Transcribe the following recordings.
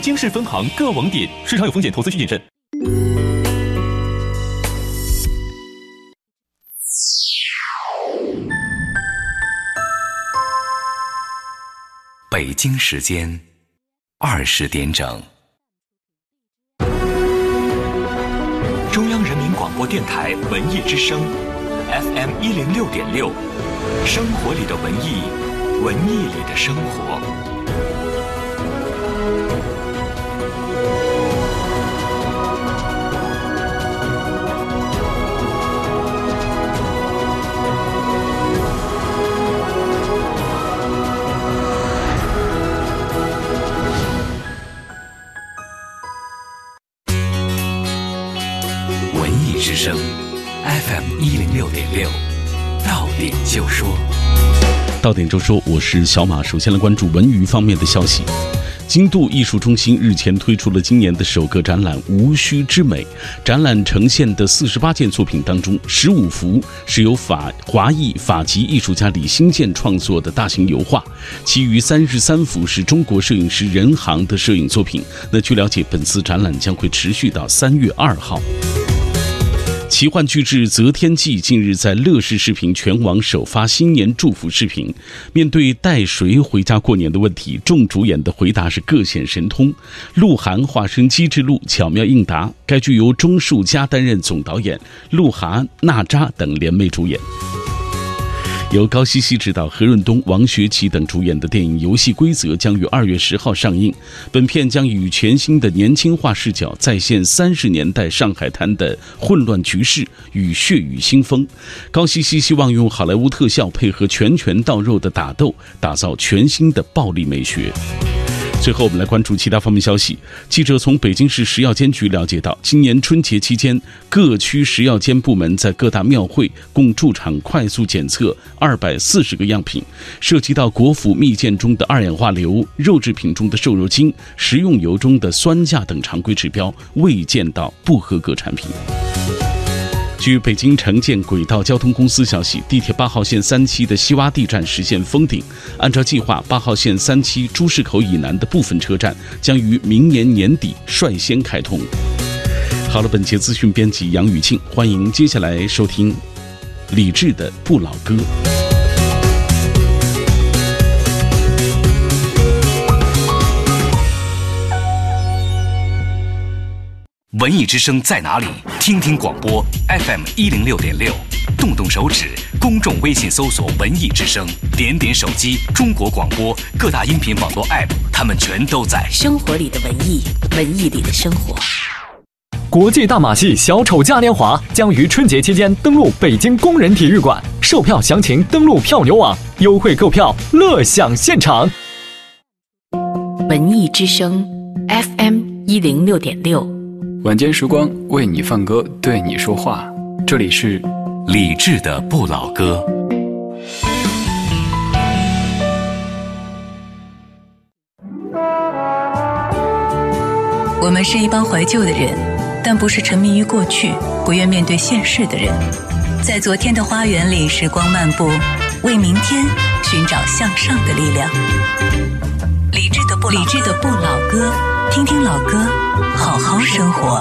京市分行各网点。市场有风险，投资需谨慎。 北京时间20点整。中央人民广播电台文艺之声 FM 106.6，生活里的文艺，文艺里的生活。文艺之声 FM 106.6，到点就说。 到点就说，我是小马。首先来关注文娱方面的消息。京都艺术中心日前推出了今年的首个展览《无需之美》。展览呈现的48件作品当中，15幅是由华裔法籍艺术家李新建创作的大型油画，其余33幅是中国摄影师任航的摄影作品。那据了解，本次展览将会持续到3月2号。奇幻巨制《择天记》近日在乐视视频全网首发新年祝福视频。面对带谁回家过年的问题，众主演的回答是各显神通。鹿晗化身机智鹿，巧妙应答。该剧由钟树佳担任总导演，鹿晗、娜扎等联袂主演。由高希希执导、何润东、王学圻等主演的电影《游戏规则》将于2月10号上映。本片将以全新的年轻化视角再现30年代上海滩的混乱局势与血雨腥风。高希希希望用好莱坞特效配合拳拳到肉的打斗，打造全新的暴力美学。最后我们来关注其他方面消息。记者从北京市食药监局了解到，今年春节期间，各区食药监部门在各大庙会共驻场快速检测240个样品，涉及到果脯蜜饯中的二氧化硫、肉制品中的瘦肉精、食用油中的酸价等常规指标，未见到不合格产品。据北京城建轨道交通公司消息，地铁8号线3期的西洼地站实现封顶。按照计划，8号线3期朱市口以南的部分车站将于明年年底率先开通。好了，本节资讯编辑杨宇庆，欢迎接下来收听李志的《不老歌》。 文艺之声在哪里？听听广播 FM 106.6，动动手指，公众微信搜索文艺之声，点点手机，中国广播各大音频网络 App， 他们全都在。 生活里的文艺，文艺里的生活。 国际大马戏小丑嘉年华将于春节期间登陆北京工人体育馆，售票详情登录票牛网，优惠购票，乐享现场。 文艺之声 FM 106.6。 晚间时光为你放歌，对你说话，这里是李志的不老歌。 我们是一帮怀旧的人，但不是沉迷于过去、不愿面对现实的人。在昨天的花园里时光漫步，为明天寻找向上的力量。理智的不老歌，听听老歌，好好生活。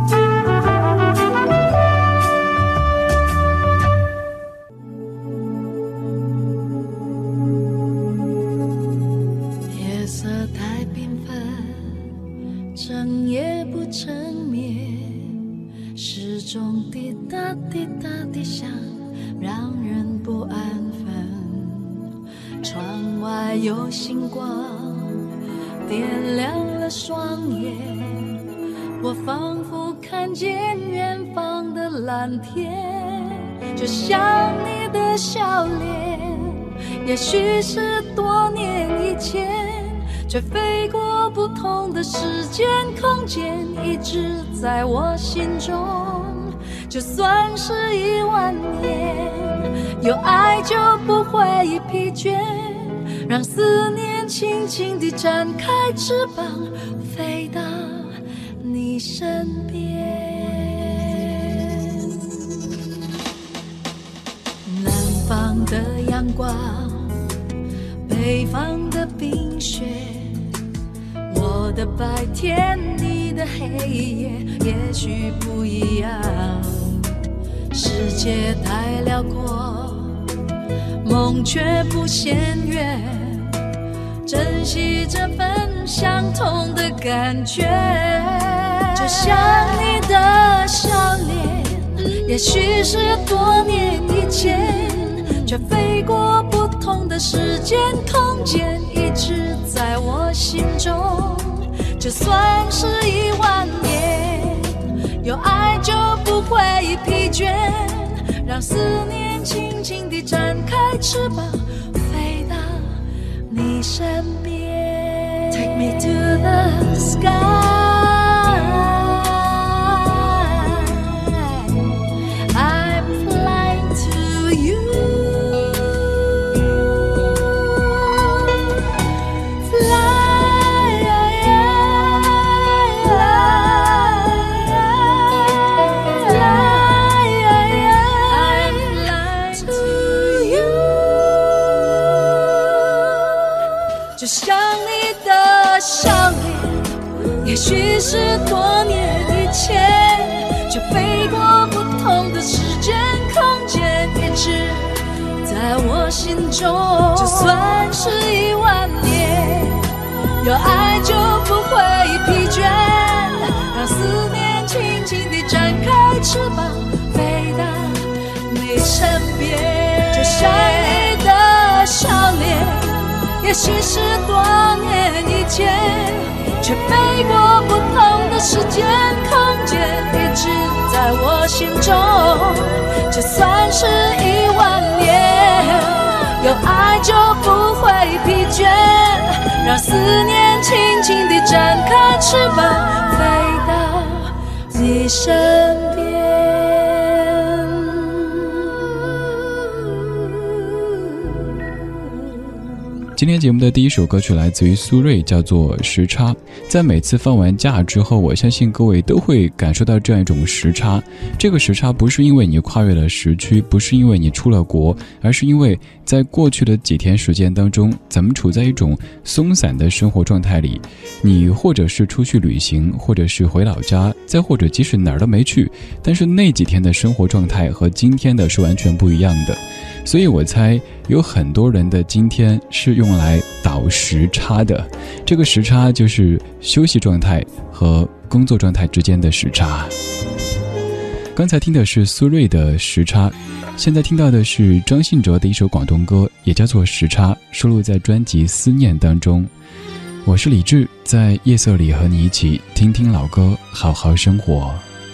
夜色太缤纷，整夜不成眠，时钟滴答滴答滴响，让人不安分。窗外有星光点亮了双眼，我仿佛看见远方的蓝天，就像你的笑脸，也许是多年以前，却飞过不同的时间空间，一直在我心中。就算是10000年，有爱就不会疲倦，让思念轻轻地展开翅膀，飞到你身边。南方的阳光，北方的冰雪，我的白天，你的黑夜也许不一样。世界太辽阔，梦却不嫌远，珍惜这份相同的感觉。就像你的笑脸，也许是多年以前，却飞过不同的时间空间，一直在我心中。就算是10000年，有爱就不会疲倦，让思念轻轻地展开翅膀，飞到你身边。 Take me to the sky,也许是多年以前，却飞过不同的时间空间，一直在我心中。就算是10000年，有爱就不会疲倦，让思念轻轻地展开翅膀，飞到你身边。就像你的笑脸，也许是多年以前，却飞过不同的时间空间，一直在我心中。就算是10000年，有爱就不会疲倦，让思念轻轻地展开翅膀，飞到你身边。 今天节目的第一首歌曲来自于苏芮，叫做《时差》。在每次放完假之后，我相信各位都会感受到这样一种时差。这个时差不是因为你跨越了时区，不是因为你出了国，而是因为在过去的几天时间当中，咱们处在一种松散的生活状态里。你或者是出去旅行，或者是回老家，再或者即使哪儿都没去，但是那几天的生活状态和今天的是完全不一样的。所以我猜有很多人的今天是用来倒时差的，这个时差就是休息状态和工作状态之间的时差。刚才听的是苏芮的《时差》，现在听到的是张信哲的一首广东歌，也叫做《时差》，收录在专辑《思念》当中。我是李志，在夜色里和你一起听听老歌，好好生活。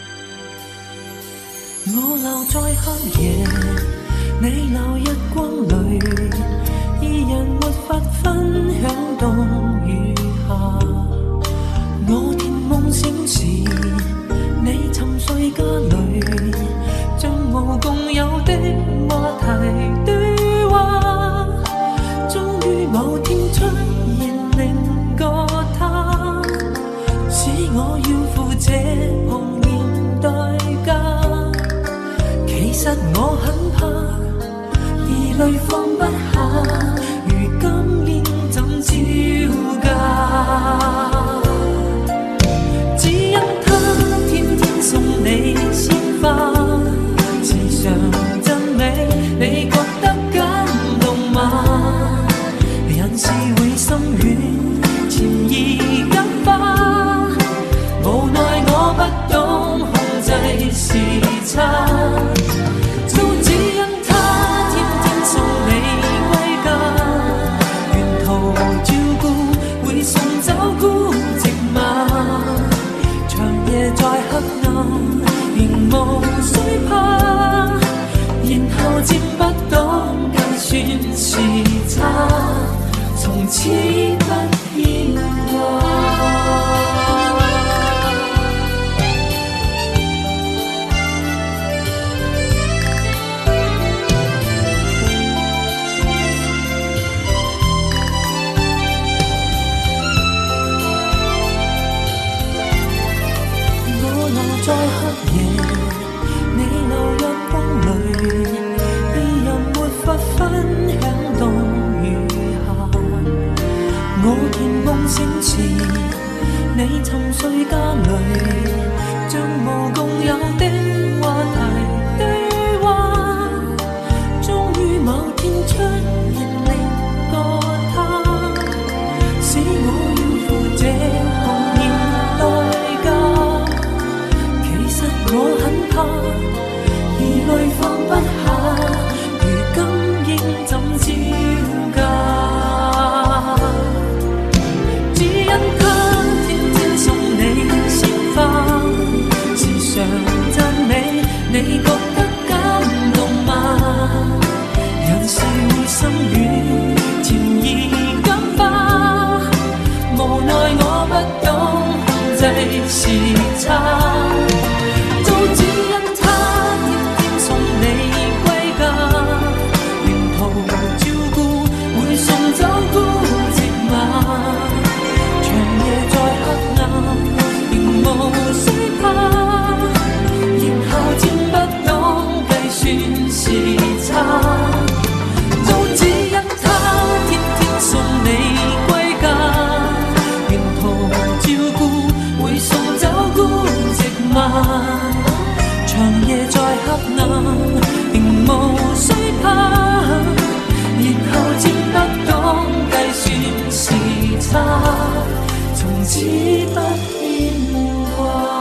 我留在黑夜，你留日光里，二人沒法分享冬與夏。我甜夢醒時，你沉睡家裏，像無共有的話題對話。終於某天出現另個他，使我要付這紅顏代價。其實我很怕，疑慮放不下，如今應怎招架？只因他天天送你鮮花，時常讚美，你覺得感動嗎？人是會心軟，潛移感化，無奈我不懂控制時差。在黑暗，仍無需怕，然後漸不懂計算時差，從此不牽掛。在黑夜，你留日光裏，二人沒法分享冬與夏。我甜夢醒時， 你沉睡家里，像无共有的话题对话，终于某天出现另个他，使我要付这狂热代价。其实我很怕，而泪放不下，如今应怎招架？只因他天天送你鲜花，时常赞美，你覺得感動嗎？人是會心軟，情意感化，無奈我不懂控制時差。早只因他天天送你歸家，沿途照顧，會送走孤寂嗎？長夜再黑暗，仍無需怕，然後漸不懂計算時差。早只因他天天送你歸家，沿途照顧，會送走孤寂嗎？長夜再黑暗，仍無需怕，然後漸不懂計算時差，從此不牽掛。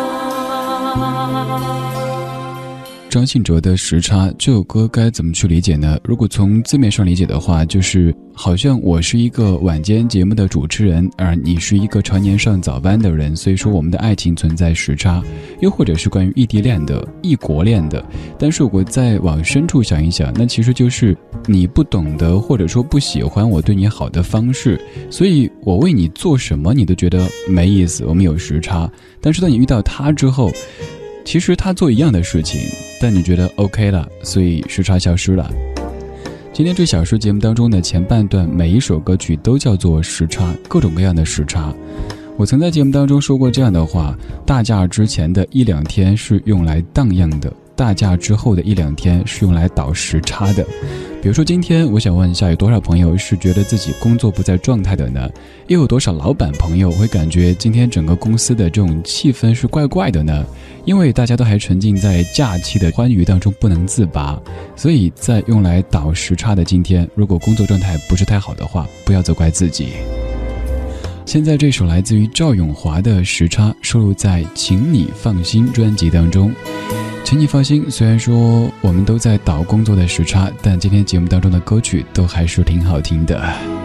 张信哲的《时差》这首歌该怎么去理解呢？如果从字面上理解的话，就是好像我是一个晚间节目的主持人，而你是一个常年上早班的人，所以说我们的爱情存在时差。又或者是关于异地恋的、异国恋的。但是我再往深处想一想，那其实就是你不懂得或者说不喜欢我对你好的方式，所以我为你做什么你都觉得没意思，我们有时差。但是当你遇到他之后，其实他做一样的事情，但你觉得 OK 了，所以时差消失了。今天这小时节目当中的前半段，每一首歌曲都叫做时差，各种各样的时差。我曾在节目当中说过这样的话，大假之前的一两天是用来荡漾的，大假之后的一两天是用来倒时差的。比如说今天我想问一下，有多少朋友是觉得自己工作不在状态的呢？又有多少老板朋友会感觉今天整个公司的这种气氛是怪怪的呢？因为大家都还沉浸在假期的欢愉当中不能自拔，所以在用来倒时差的今天，如果工作状态不是太好的话，不要责怪自己。现在这首来自于赵咏华的《时差》收录在《请你放心》专辑当中。请你放心，虽然说我们都在倒工作的时差，但今天节目当中的歌曲都还是挺好听的。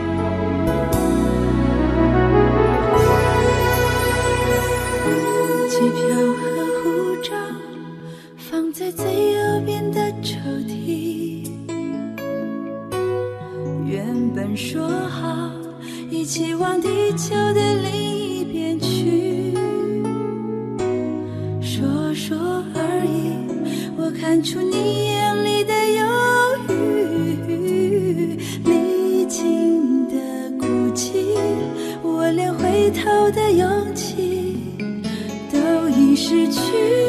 机票和护照放在最右边的抽屉，原本说好一起往地球的另一边去，说说而已，我看出你眼里的犹豫，历经的哭泣，我连回头的勇气都已失去。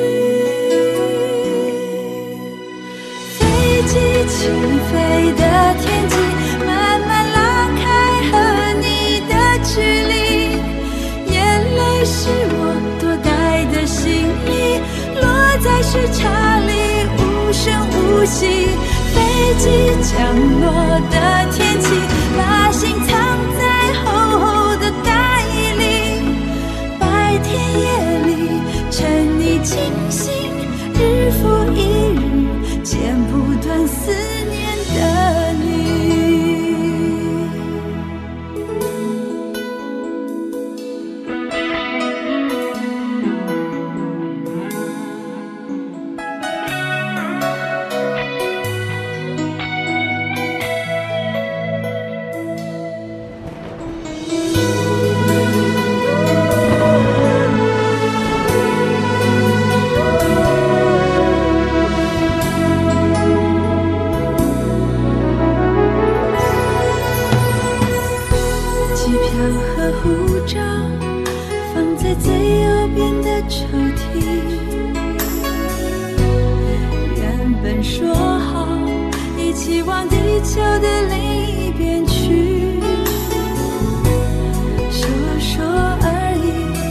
飞机起飞的天际，慢慢拉开和你的距离，眼泪是我多带的行李，落在时差里无声无息。飞机降落的天气，把心藏在厚厚的大衣里，白天夜里趁你清醒，日复一日剪不断思念的你。说说而已，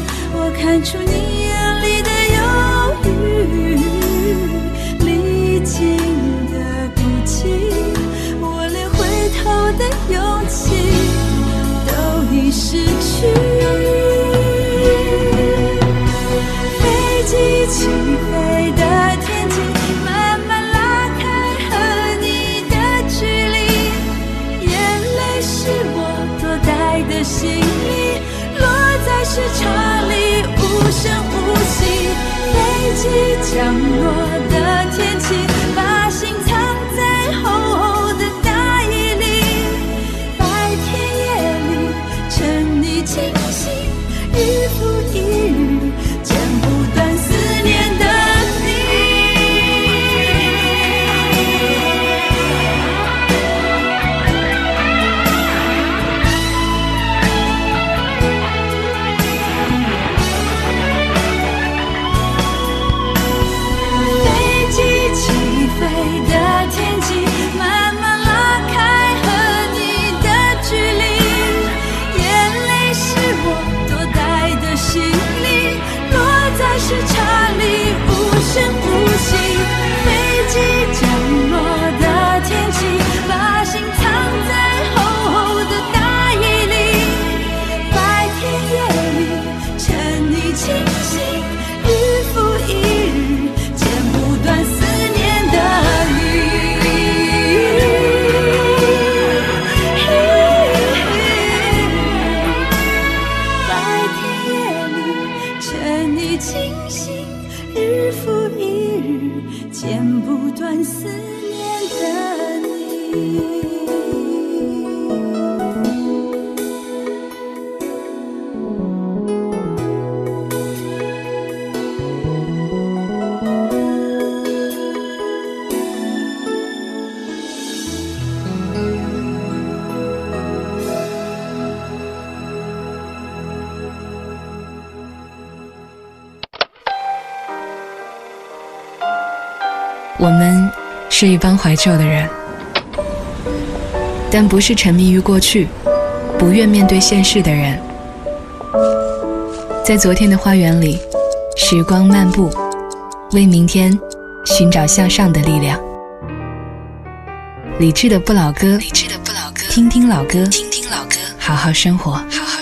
看出你眼里的忧郁，历经的孤寂，我连回头的勇气都已失去。飞机起飞的天际，慢慢拉开和你的距离，眼泪是我多带的行李，落在时差里无声无息。飞机降落的天气，把心藏在厚厚的大衣里，白天夜里趁你清醒，日复一日剪不断思念的时差里无声无息。飞机降落的天气，把心藏在厚厚的大衣里，白天夜里趁你清醒，日复一日剪不断思念的白天夜里趁你清醒，日复一日剪不断思念的你。 我们是一帮怀旧的人，但不是沉迷于过去，不愿面对现实的人。在昨天的花园里，时光漫步，为明天寻找向上的力量。理智的不老歌，听听老歌，好好生活。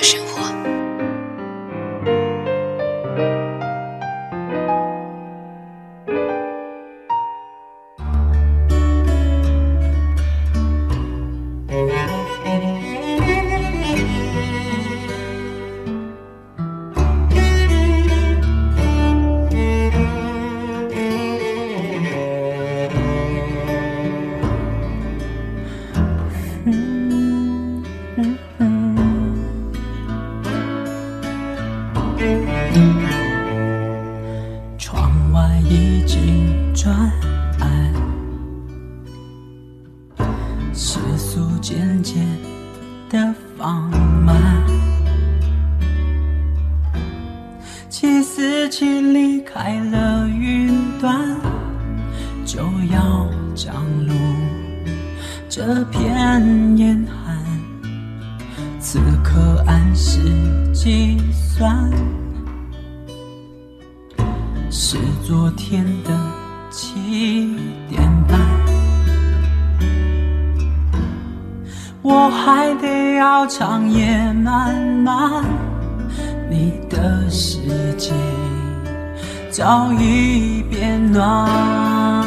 长夜漫漫，你的世界早已变暖。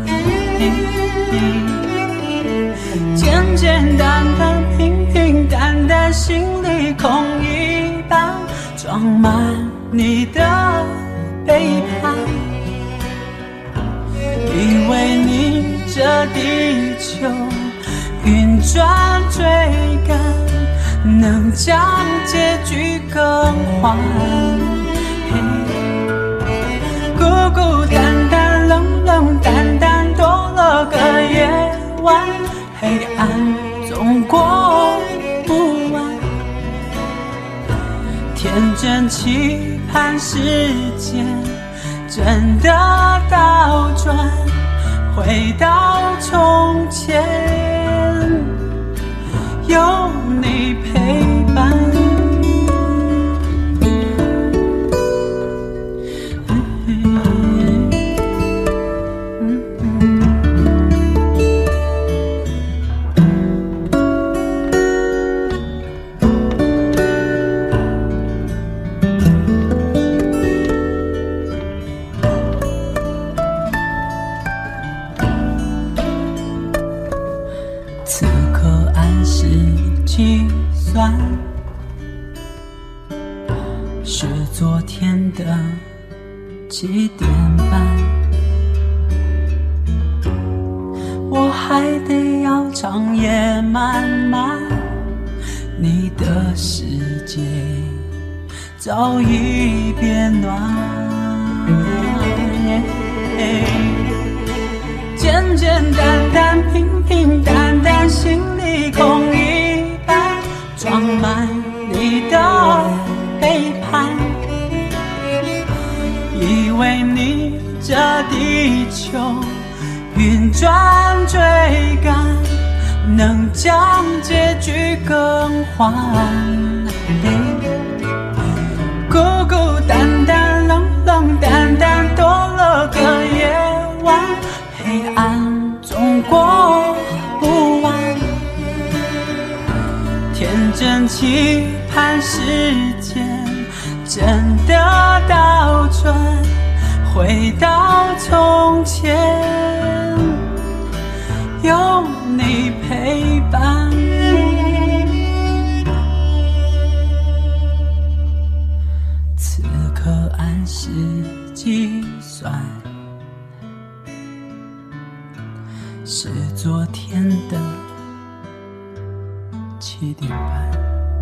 简简单单，平平淡淡，心里空一半，装满你的背叛。以为你这地球运转追赶，能将结局更换。孤孤单单，冷冷淡淡，多了个夜晚，黑暗总过不完。天真期盼时间真的倒转，回到从前，有你陪伴。 昨天的7点半，我还得要长夜漫漫，你的世界早已变暖，简简单单平平淡淡，心里空一半，装满你的背叛，以为你这地球运转追赶能将结局更换，孤孤单单冷冷淡淡多了个夜晚，黑暗总过不完，天真期盼时间真的倒转，回到从前，有你陪伴。此刻按时计算，是昨天的7点半。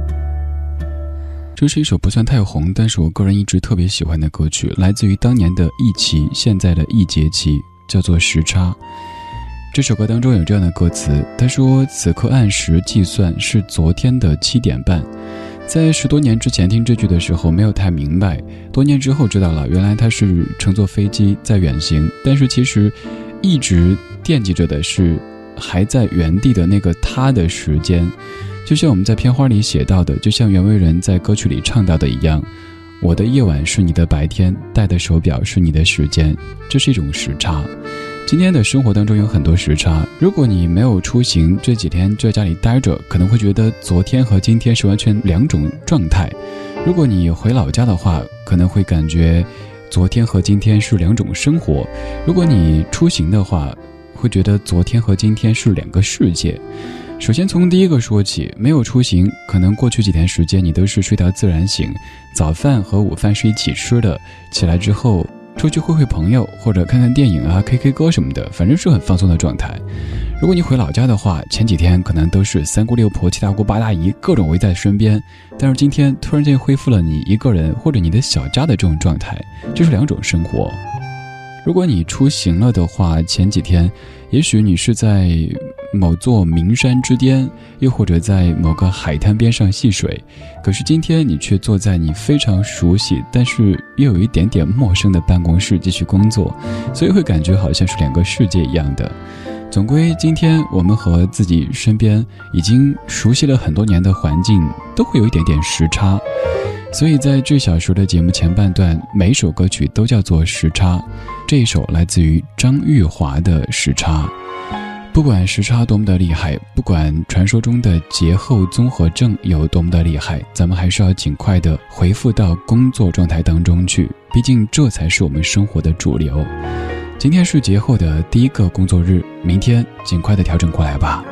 这是一首不算太红，但是我个人一直特别喜欢的歌曲，来自于当年的易祺，现在的易节期，叫做《时差》。这首歌当中有这样的歌词，他说此刻按时计算是昨天的7点半。在10多年之前听这句的时候没有太明白，多年之后知道了，原来他是乘坐飞机在远行，但是其实一直惦记着的是还在原地的那个他的时间。就像我们在片花里写到的，就像袁惟仁在歌曲里唱到的一样，我的夜晚是你的白天，戴的手表是你的时间，这是一种时差。今天的生活当中有很多时差，如果你没有出行，这几天就在家里待着，可能会觉得昨天和今天是完全两种状态。如果你回老家的话，可能会感觉昨天和今天是两种生活。如果你出行的话，会觉得昨天和今天是两个世界。首先从第一个说起，没有出行，可能过去几天时间你都是睡到自然醒，早饭和午饭是一起吃的，起来之后出去会朋友，或者看看电影啊 K 歌什么的，反正是很放松的状态。如果你回老家的话，前几天可能都是三姑六婆七大姑八大姨各种围在身边，但是今天突然间恢复了你一个人或者你的小家的这种状态，这是两种生活。如果你出行了的话，前几天也许你是在某座名山之巅，又或者在某个海滩边上戏水，可是今天你却坐在你非常熟悉但是又有一点点陌生的办公室继续工作，所以会感觉好像是两个世界一样的。总归今天我们和自己身边已经熟悉了很多年的环境都会有一点点时差，所以在这小时的节目前半段，每一首歌曲都叫做时差。这一首来自于张玉华的时差。不管时差多么的厉害，不管传说中的节后综合症有多么的厉害，咱们还是要尽快的回复到工作状态当中去，毕竟这才是我们生活的主流。今天是节后的第一个工作日，明天尽快的调整过来吧。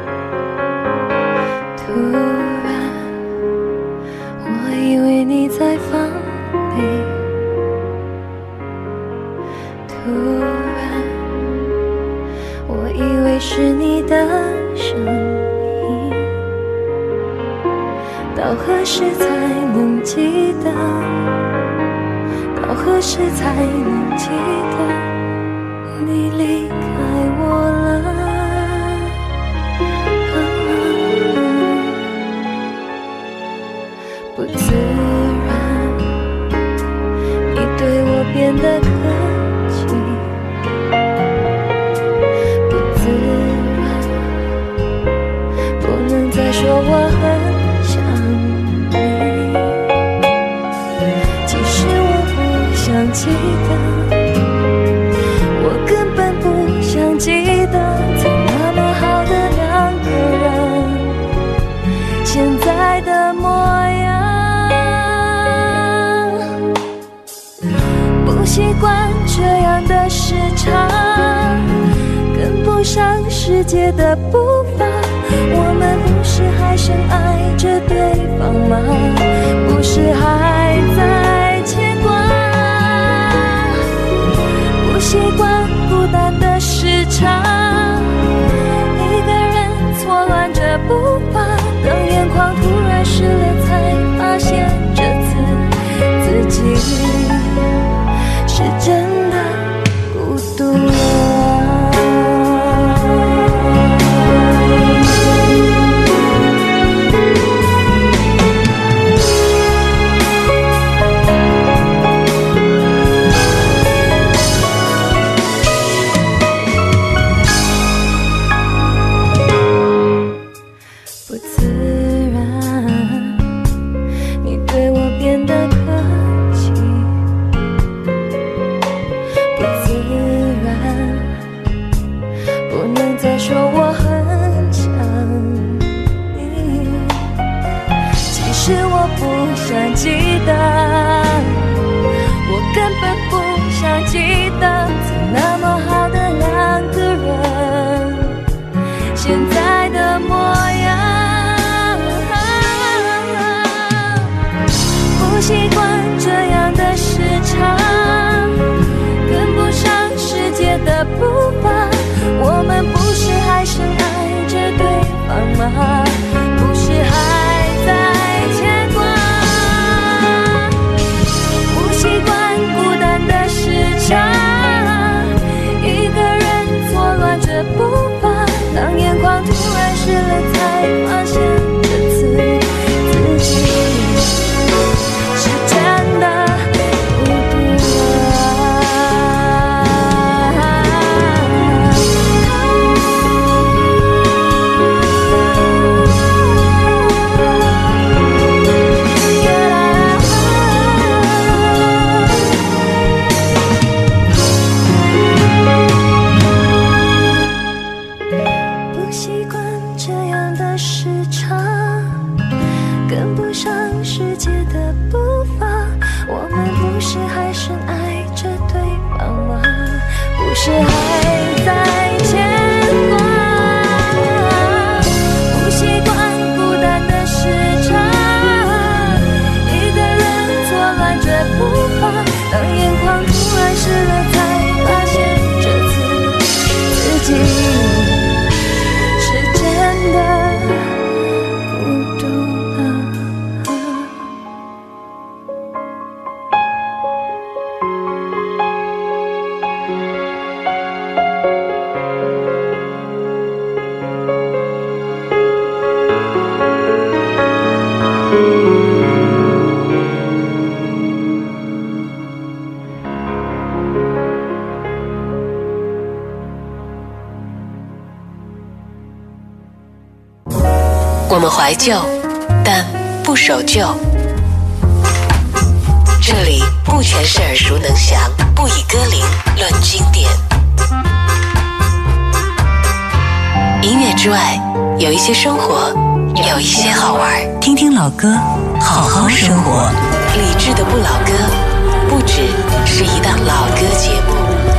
突然我以为你在房里，突然我以为是你的声音，到何时才能记得，到何时才能记得你离开我了，不自然你对我变得客气，不自然不能再说我很想你，其实我不想记得，我根本不想记得，曾那么好的两个人，现在的模样。不习惯这样的时差，跟不上世界的步伐，我们不是还深爱着对方吗？不是还在长，一个人错乱着步伐，当眼眶突然湿了，才发现这次自己是真的孤独了。不是还在牵挂，不习惯孤单的时差，一个人错乱着步伐，当眼眶突然湿了，才发现这次自己是真的孤独了。是还在牵挂，不习惯孤单的时差，一个人错乱着步伐，当眼眶突然湿了，才发现这次自己是真的孤独了。 我们怀旧，但不守旧。这里不全是耳熟能详，不以歌龄论经典。音乐之外，有一些生活，有一些好玩。 听听老歌，好好生活。 理智的不老歌，不只是一档老歌节目。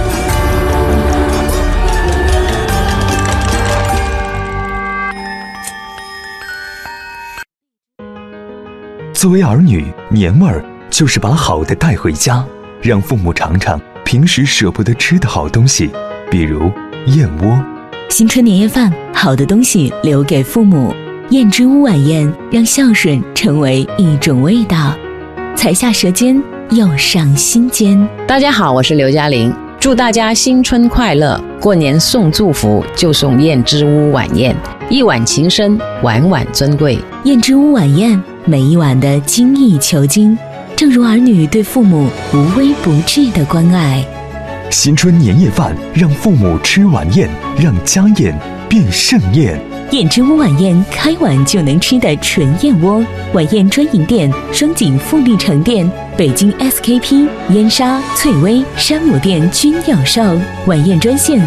作为儿女，年味儿就是把好的带回家，让父母尝尝平时舍不得吃的好东西，比如燕窝。 新春年夜饭，好的东西留给父母。燕之屋晚宴，让孝顺成为一种味道。才下舌尖，又上心间。 大家好，我是刘嘉玲，祝大家新春快乐！过年送祝福就送燕之屋晚宴，一碗情深，碗碗珍贵。 燕之屋晚宴，每一碗的精益求精，正如儿女对父母无微不至的关爱。 新春年夜饭，让父母吃晚宴，让家宴变盛宴。 燕之屋晚宴，开碗就能吃的纯燕窝。晚宴专营店：双井富力城店、北京 SKP、燕莎、翠微、山姆店均有售。晚宴专线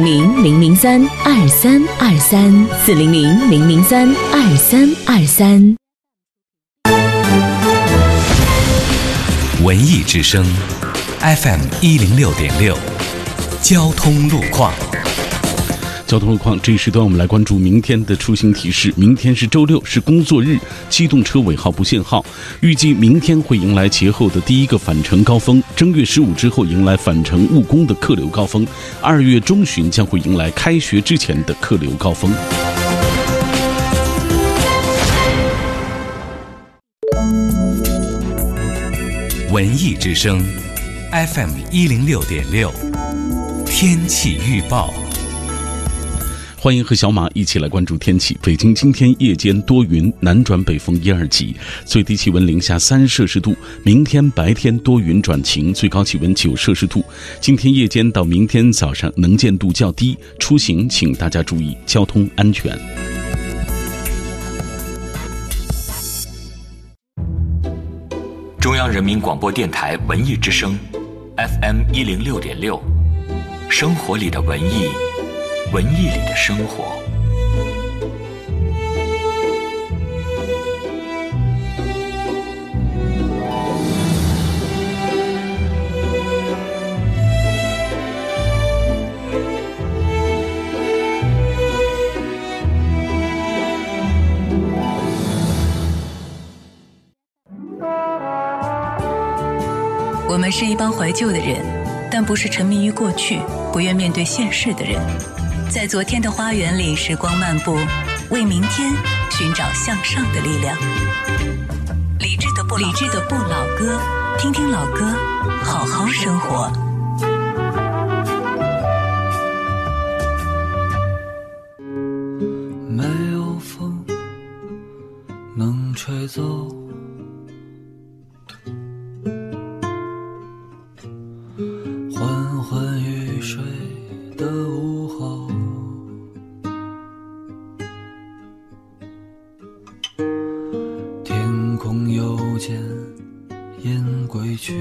：400-003-2323，400-003-2323。 文艺之声 FM106.6，交通路况。 交通路况，这一时段我们来关注明天的出行提示。明天是周六，是工作日，机动车尾号不限号。预计明天会迎来节后的第一个返程高峰，正月15之后迎来返程务工的客流高峰，2月中旬将会迎来开学之前的客流高峰。 文艺之声 FM106.6，天气预报。 欢迎和小马一起来关注天气。北京今天夜间多云，南转北风1、2级，最低气温零下3摄氏度。明天白天多云转晴，最高气温9摄氏度。今天夜间到明天早上能见度较低，出行请大家注意交通安全。 中央人民广播电台文艺之声 FM106.6，生活里的文艺，文艺里的生活。 我们是一帮怀旧的人，但不是沉迷于过去，不愿面对现实的人。在昨天的花园里时光漫步，为明天寻找向上的力量。理智的不老歌，听听老歌，好好生活。 没有风能吹走昏昏欲睡的午后，天空又见雁归去，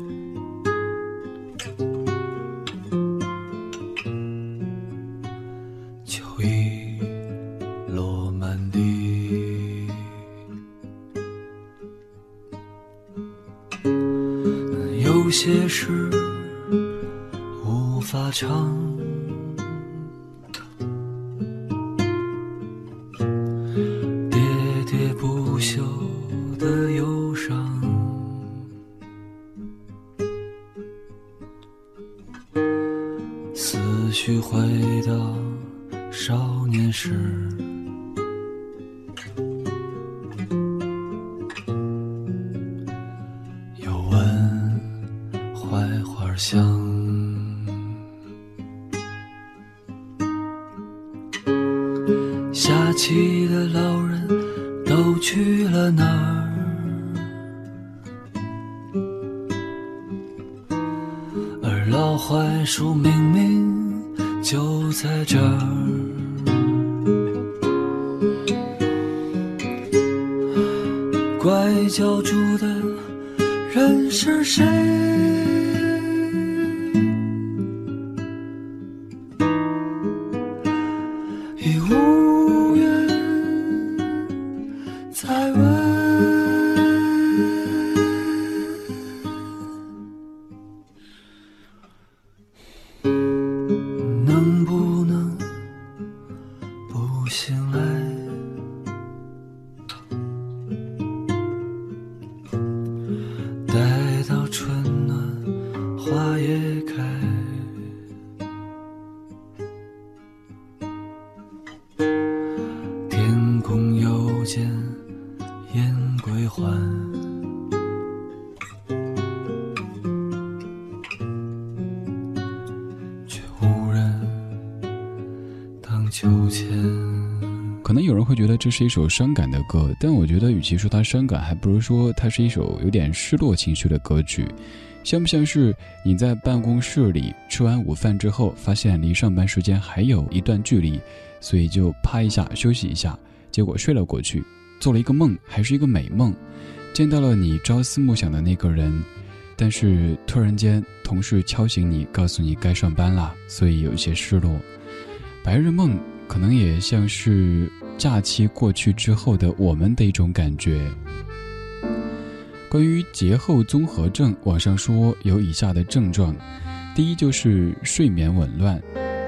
秋意落满地。有些事无法唱，喋喋不休的忧伤，思绪回到少年时，又闻槐花香。下棋的老人都去了哪儿？而老槐树明明就在这儿。拐角住的人是谁？已无缘再问。能不能不醒来？待到春暖花也开，天空又见雁归还，却无人荡秋千。 可能有人会觉得这是一首伤感的歌，但我觉得与其说它伤感，还不如说它是一首有点失落情绪的歌曲。像不像是你在办公室里吃完午饭之后，发现离上班时间还有一段距离，所以就趴一下休息一下，结果睡了过去，做了一个梦，还是一个美梦，见到了你朝思暮想的那个人，但是突然间同事敲醒你，告诉你该上班了，所以有一些失落。白日梦可能也像是假期过去之后的我们的一种感觉。关于节后综合症，网上说有以下的症状：第一就是睡眠紊乱，第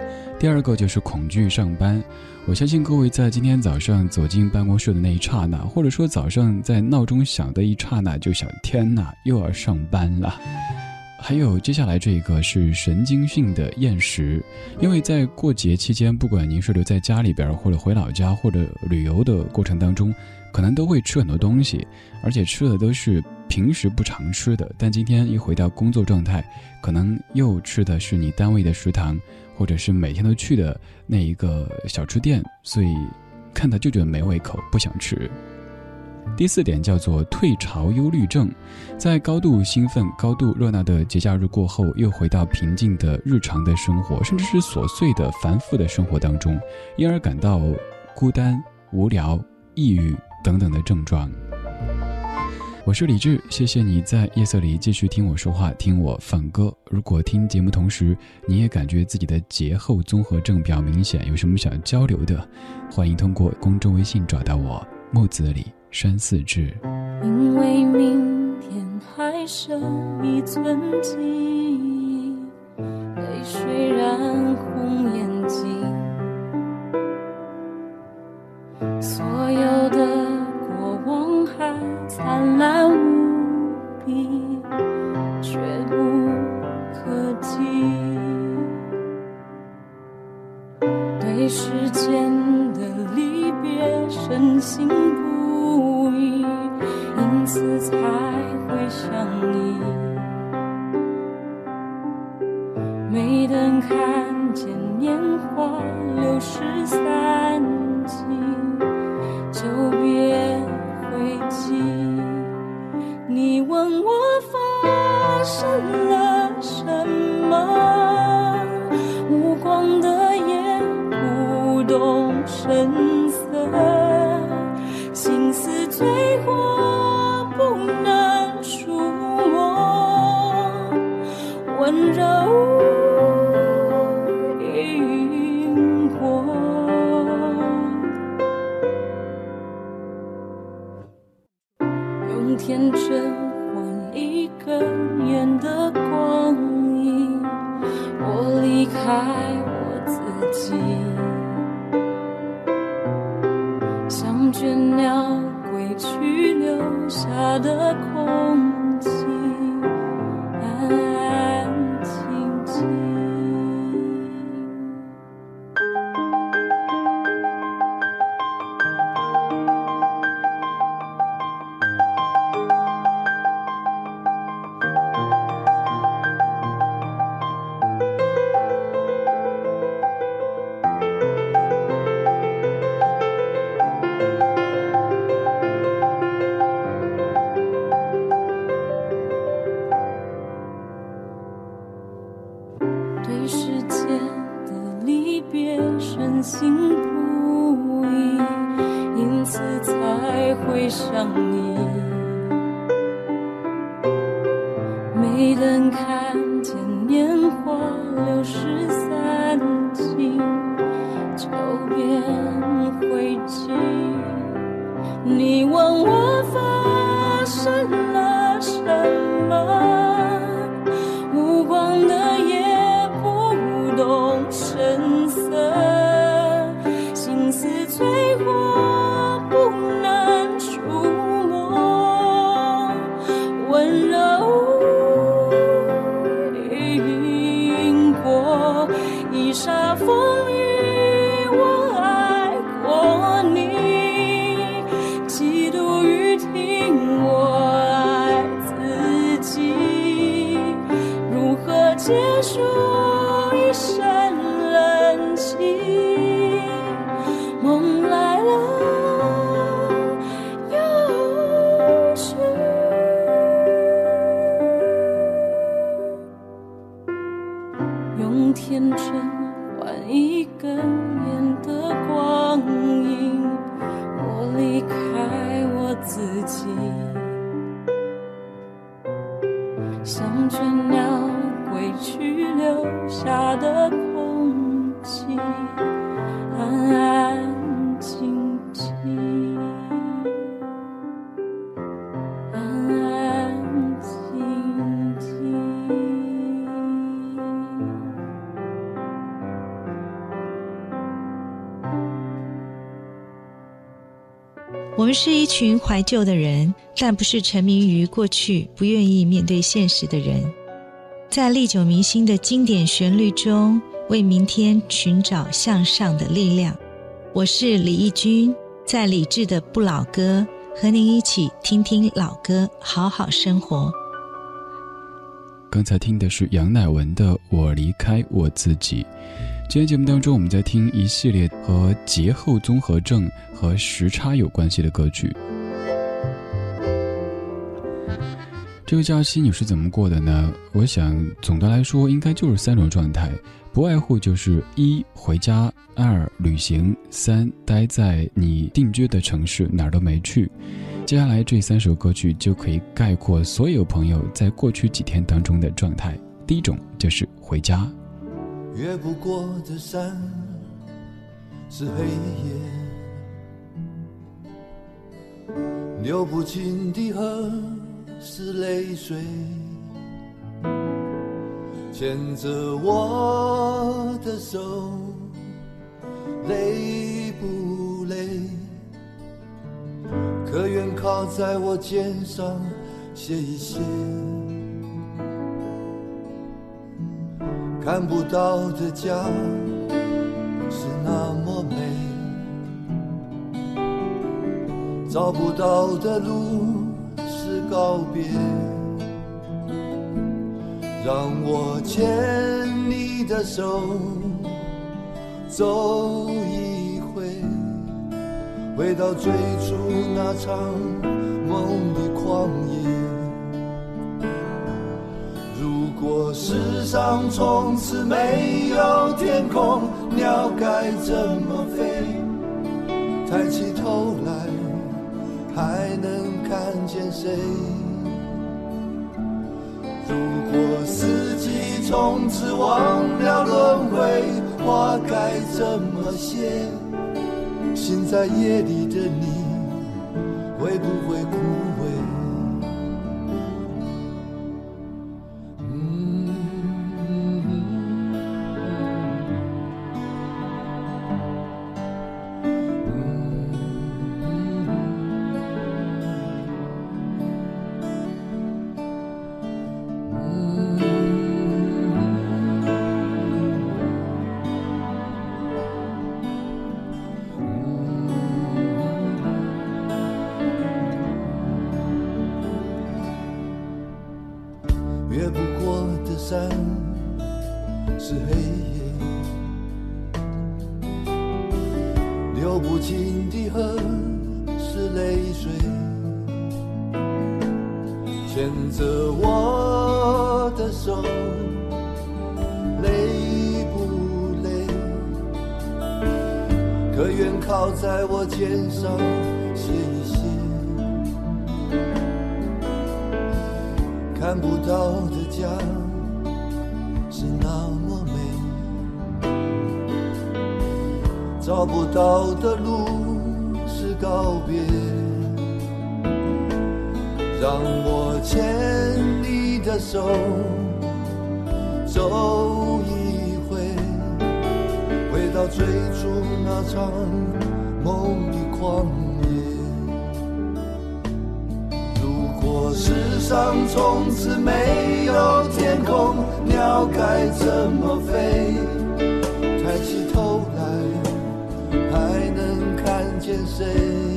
第二个就是恐惧上班。我相信各位在今天早上走进办公室的那一刹那，或者说早上在闹钟响的一刹那，就想天哪，又要上班了。还有接下来这个是神经性的厌食，因为在过节期间，不管您是留在家里边，或者回老家，或者旅游的过程当中，可能都会吃很多东西，而且吃的都是平时不常吃的，但今天一回到工作状态，可能又吃的是你单位的食堂，或者是每天都去的那一个小吃店，所以看到就觉得没胃口，不想吃。第4点叫做退潮忧虑症，在高度兴奋、高度热闹的节假日过后，又回到平静的日常的生活，甚至是琐碎的繁复的生活当中，因而感到孤单、无聊、抑郁等等的症状。我是李志，谢谢你在夜色里继续听我说话，听我放歌。如果听节目同时你也感觉自己的节后综合症比较明显，有什么想交流的，欢迎通过公众微信找到我，木子李山寺志。 因为明天还剩一寸记忆，泪水染红眼睛，所有的过往还灿烂无比，却不可及。对时间的离别深信不疑，因此才会想你。没等看见年华流逝散尽，就别回击。你问我发生了什么，无光的夜不动声色，心思醉火不能触摸，温柔因果。用天真换一个年的光阴，我离开我自己，像倦鸟归去留下的空气，安安静静。对世界的离别深信不疑，因此才会想你。没等看见年华流逝散尽，就别回击。你问我发生了什么，无光的夜不动声色，心思醉火不能触摸，温柔因果，一霎风雨我爱过你，几度雨停我爱自己，如何结束一生冷清，梦来了又去。用天真换一个年的光阴，我离开我自己，像倦鸟归去留下的空气，安安静静，安安静静。 们是一群怀旧的人，但不是沉迷于过去不愿意面对现实的人，在历久弥新的经典旋律中为明天寻找向上的力量。我是李翊君，在理智的不老歌和您一起听听老歌，好好生活。 刚才听的是杨乃文的《我离开我自己》。今天节目当中，我们在听一系列和节后综合症和时差有关系的歌曲。这个假期你是怎么过的呢？我想总的来说应该就是3种状态，不外乎就是1回家，2旅行，3待在你定居的城市，哪儿都没去。接下来这3首歌曲就可以概括所有朋友在过去几天当中的状态。第一种就是回家。 越不过的山是黑夜，流不尽的河是泪水，牵着我的手，累不累？可愿靠在我肩上歇一歇？看不到的家是那么美，找不到的路是告别。让我牵你的手，走一回，回到最初那场梦的旷野。如果世上从此没有天空，鸟该怎么飞？抬起头来，还能看见谁？如果四季从此忘了轮回，花该怎么谢？醒在夜里的你，会不会枯萎？越不过的山是黑夜，流不尽的河是泪水，牵着我的手，累不累？可愿靠在我肩上歇一歇？看不到的家是那么美，找不到的路是告别。让我牵你的手，走一回，回到最初那场梦的旷野。如果世上从此没有天空，鸟该怎么飞？抬起头来，还能看见谁？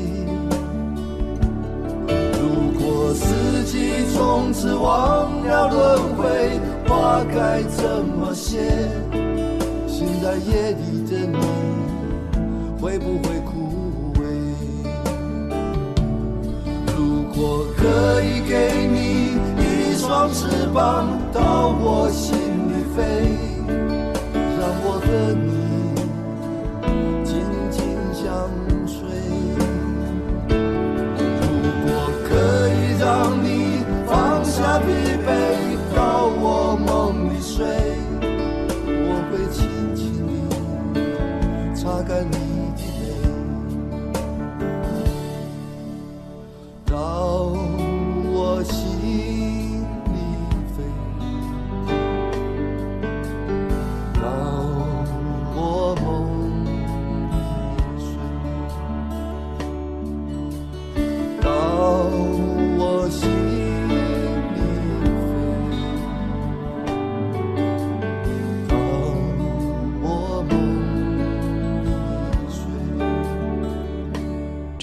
如果四季从此忘了轮回，花该怎么谢？醒在夜里的你，会不会枯萎？如果可以给你一双翅膀，到我心里飞，让我和你紧紧相随。如果可以让你放下疲惫，到我梦里睡，我会轻轻地擦干你的泪，到我心里飞。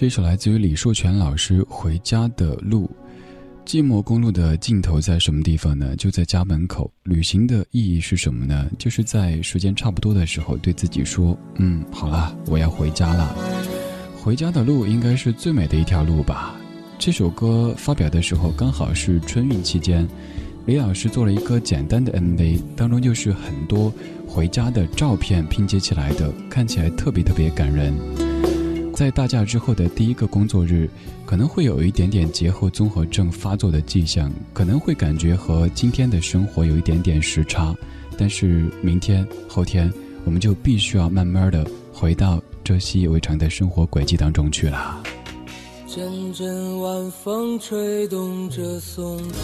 这首来自于李寿全老师《回家的路》。寂寞公路的尽头在什么地方呢？就在家门口。旅行的意义是什么呢？就是在时间差不多的时候对自己说，好了，我要回家了。回家的路应该是最美的一条路吧。这首歌发表的时候刚好是春运期间，李老师做了一个简单的 MV， 当中就是很多回家的照片拼接起来的，看起来特别感人。在大假之后的第一个工作日，可能会有一点点节后综合症发作的迹象，可能会感觉和今天的生活有一点点时差，但是明天后天我们就必须要慢慢的回到这习以为常的生活轨迹当中去了。 阵阵晚风吹动着松涛，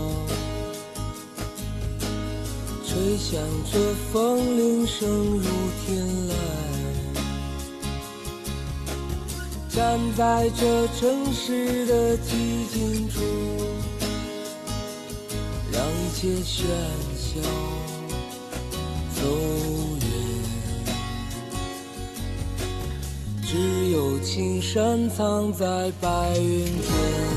吹响着风铃声如天籁，站在这城市的寂静处，让一切喧嚣走远，只有青山藏在白云间，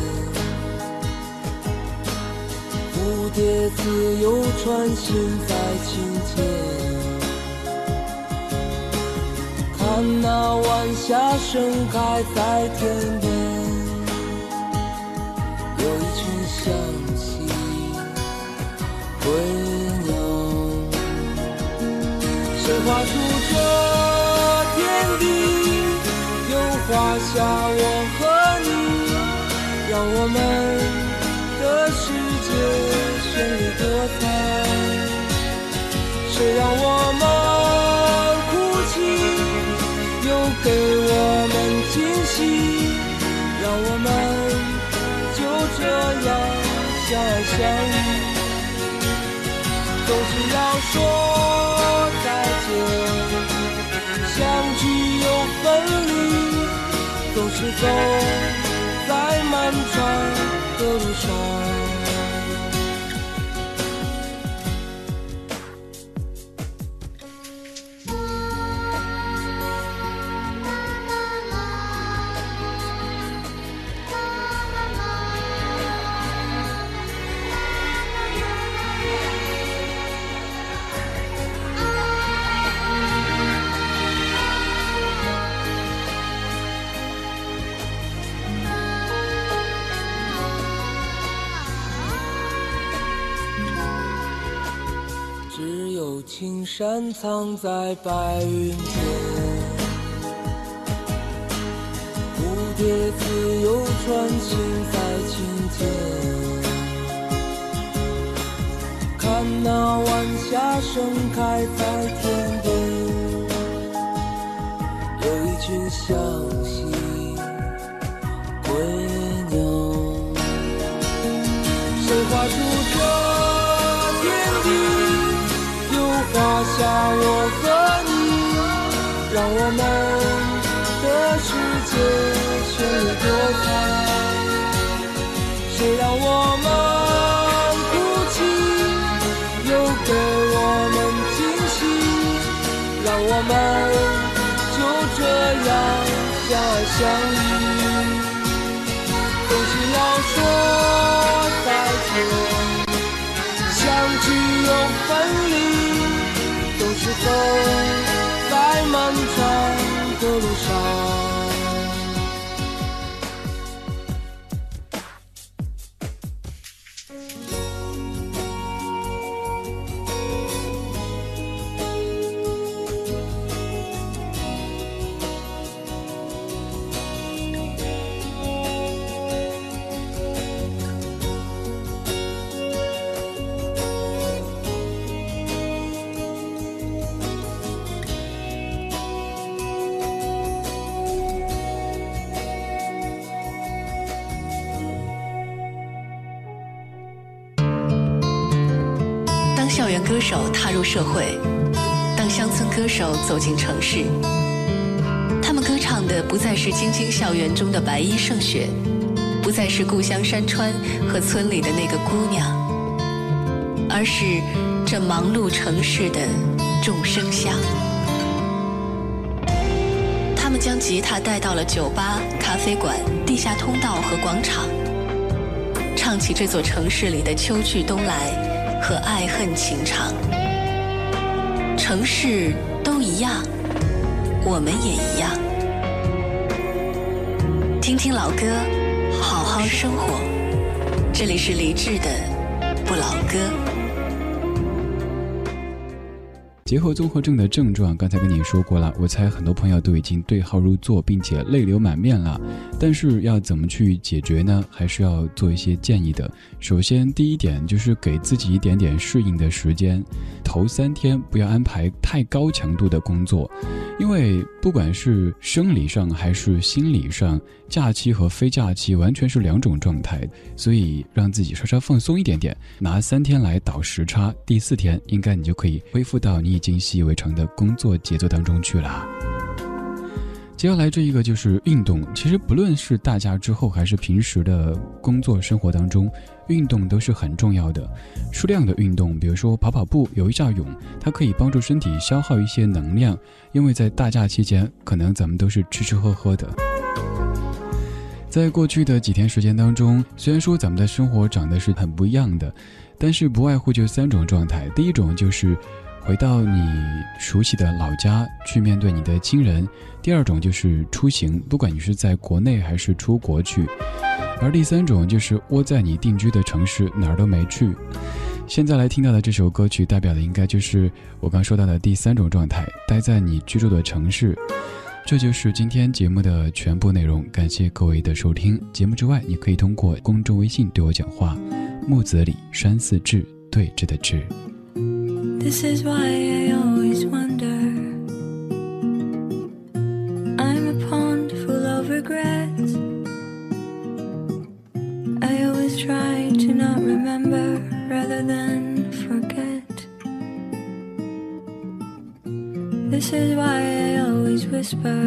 蝴蝶自由穿行在清涧，看那晚霞盛开在天边，有一群向西归鸟，谁画出这天地，又画下我和你，让我们的世界绚丽多彩，谁让我们哭泣，又给我们惊喜，让我们就这样相爱相依，总是要说再见，相聚又分离，总是走在漫长的路上。青山藏在白云间，蝴蝶自由穿行在清涧，看那晚霞盛开在天边，有一群向西归鸟，谁画出这天地，画下我和你，让我们的世界绚丽多彩，谁让我们哭泣，又给我们惊喜，让我们就这样相爱相依，总是要说再见，相聚又分离，总是走在漫长的路上。 校园歌手踏入社会，当乡村歌手走进城市，他们歌唱的不再是京津校园中的白衣胜雪，不再是故乡山川和村里的那个姑娘，而是这忙碌城市的众生相。他他们将吉他带到了酒吧、咖啡馆、地下通道和广场，唱起这座城市里的秋去冬来和爱恨情长。城市都一样，我们也一样。听听老歌，好好生活。这里是李志的不老歌。 结核综合症的症状刚才跟你说过了，我猜很多朋友都已经对号入座，并且泪流满面了。但是要怎么去解决呢？还是要做一些建议的。首先第一点就是给自己一点点适应的时间，头3天不要安排太高强度的工作，因为不管是生理上还是心理上，假期和非假期完全是2种状态，所以让自己稍稍放松一点点，拿3天来倒时差，第4天应该你就可以恢复到你已经习以为常的工作节奏当中去了。接下来这一个就是运动，其实不论是大假之后还是平时的工作生活当中，运动都是很重要的。适量的运动，比如说跑跑步、游一下泳，它可以帮助身体消耗一些能量，因为在大假期间可能咱们都是吃吃喝喝的。在过去的几天时间当中，虽然说咱们的生活长得是很不一样的，但是不外乎就3种状态。第一种就是回到你熟悉的老家去面对你的亲人，第2种就是出行，不管你是在国内还是出国去，而第3种就是窝在你定居的城市哪儿都没去。现在来听到的这首歌曲代表的应该就是我刚说到的第3种状态，待在你居住的城市。这就是今天节目的全部内容，感谢各位的收听。节目之外你可以通过公众微信对我讲话，木子李山寺志，对峙的志。 This is why I always wonder, I'm a pond full of regrets. I always try to not remember rather than forget. This is why I always whisper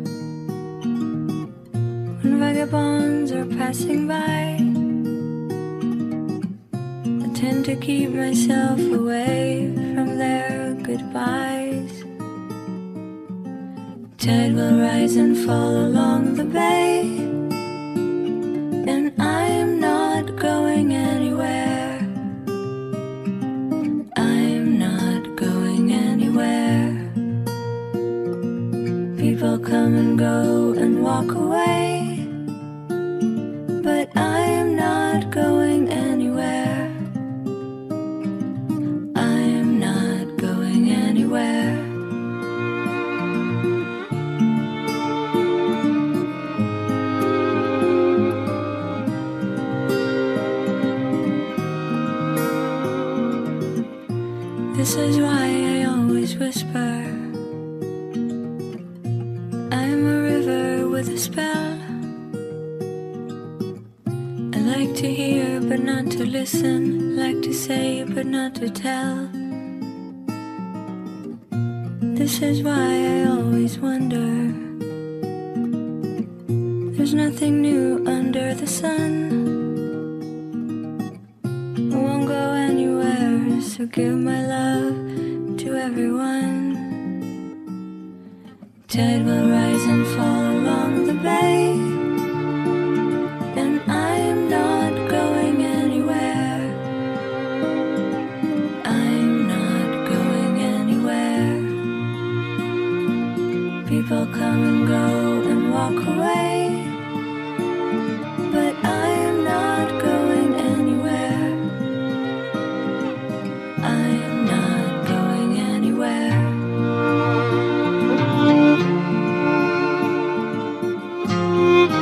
when vagabonds are passing by. I tend to keep myself away from their goodbyes. Tide will rise and fall along the bay, and I am not going anywhere. I'm not going anywhere. People come and go and walk away, but I am not going anywhere. I am not going anywhere. This is why I always whisper, I'm a river with a spell. I like to hear but not to listen, like to say but not to tell. This is why I always wonder, there's nothing new under the sun. I won't go anywhere, so give my love to everyone. Tide will rise and fall along the bay, and I am not going anywhere. I'm not going anywhere. People come and go and walk away, but I am not going anywhere. I am not going anywhere.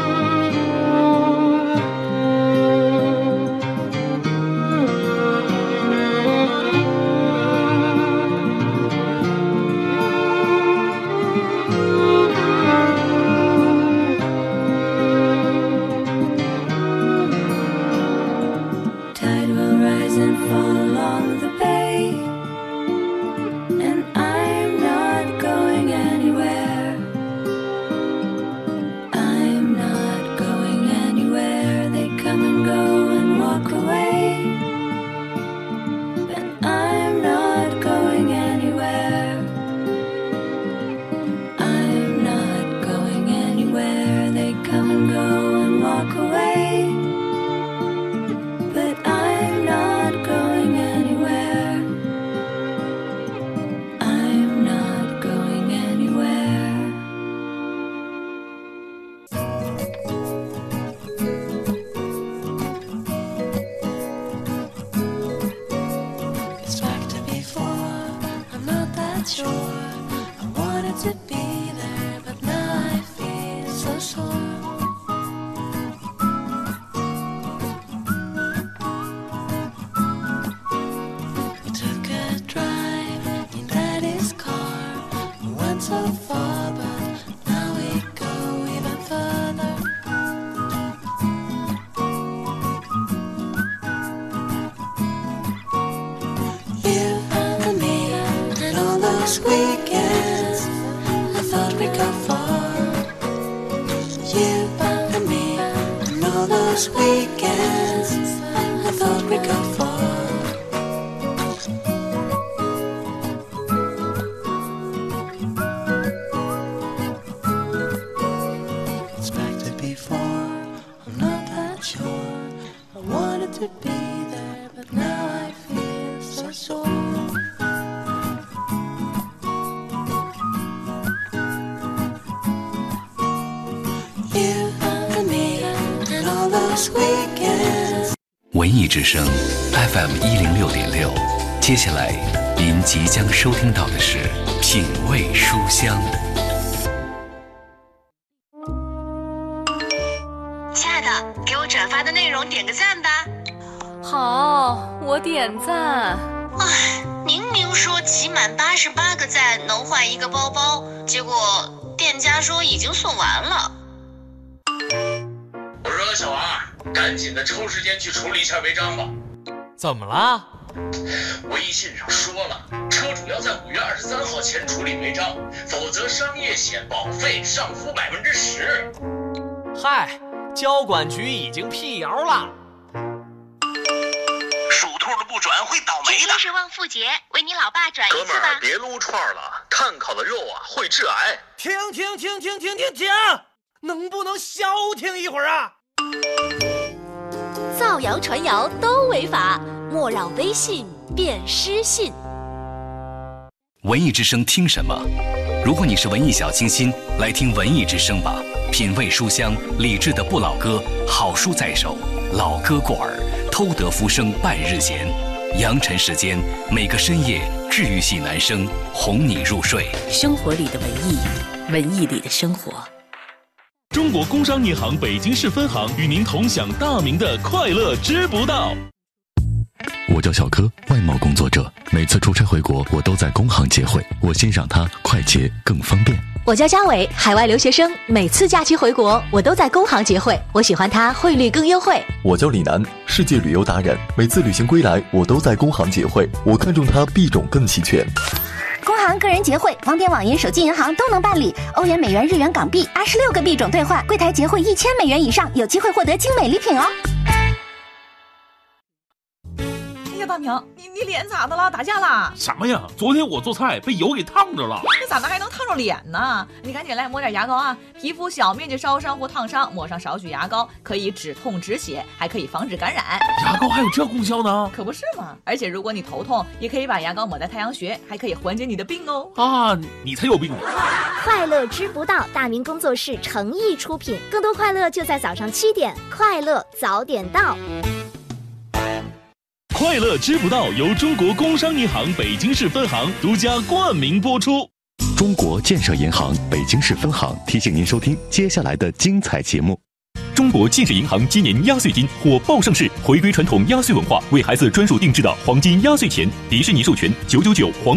not sure. I wanted to be there, but now I feel so sore. We took a drive in Daddy's car. We went so far, but now we go even further. You and me and all those weekends, I thought we'd go far. You and me and all those weekends, I thought we'd go far. It's back to before, I'm not that sure. I wanted to be there, but now I feel so sore. You and me and all those weekends. 文艺之声 FM 106.6，接下来您即将收听到的是品味书香。 亲爱的，给我转发的内容点个赞吧。 好，我点赞。 唉，明明说集满88个赞能换一个包包，结果店家说已经送完了。 我说小王，赶紧的抽时间去处理一下违章吧。 怎么了？ 微信上说了，车主要在5月23号前处理违章，否则商业险保费上浮10%。 嗨，交管局已经辟谣了。 属兔的不转会倒霉的。 今天是旺妇节，为你老爸转一次吧。 哥们儿，别撸串了，碳烤的肉啊会致癌。 停！能不能消停一会儿啊？ 造谣传谣都违法，莫让微信变失信。 文艺之声听什么？如果你是文艺小清新，来听文艺之声吧。品味书香，理智的不老歌，好书在手，老歌过耳，偷得浮生半日闲。扬尘时间，每个深夜，治愈系男声哄你入睡。 生活里的文艺，文艺里的生活。 中国工商银行北京市分行与您同享大明的快乐知不道。 我叫小柯，外贸工作者，每次出差回国，我都在工行结汇，我欣赏它快捷更方便。 我叫嘉伟，海外留学生，每次假期回国，我都在工行结汇，我喜欢它汇率更优惠。 我叫李楠，世界旅游达人，每次旅行归来，我都在工行结汇，我看中它币种更齐全。 工行个人结汇，网点、网银、手机银行都能办理。欧元、美元、日元、港币26个币种兑换，柜台结汇1000美元以上，有机会获得精美礼品哦。 大明，你脸咋的了？打架啦？ 什么呀？昨天我做菜被油给烫着了。 这咋的还能烫着脸呢？你赶紧来抹点牙膏啊！皮肤小面积烧伤或烫伤，抹上少许牙膏，可以止痛止血，还可以防止感染。 牙膏还有这功效呢？ 可不是嘛！而且如果你头痛，也可以把牙膏抹在太阳穴，还可以缓解你的病哦。 啊，你才有病！ 快乐知不道，大明工作室诚意出品，更多快乐就在早上7点，快乐早点到。 快乐知不道由中国工商银行北京市分行独家冠名播出。 中国建设银行北京市分行提醒您收听接下来的精彩节目。 中国建设银行今年压岁金火爆上市，回归传统压岁文化，为孩子专属定制的黄金压岁钱，迪士尼授权999黄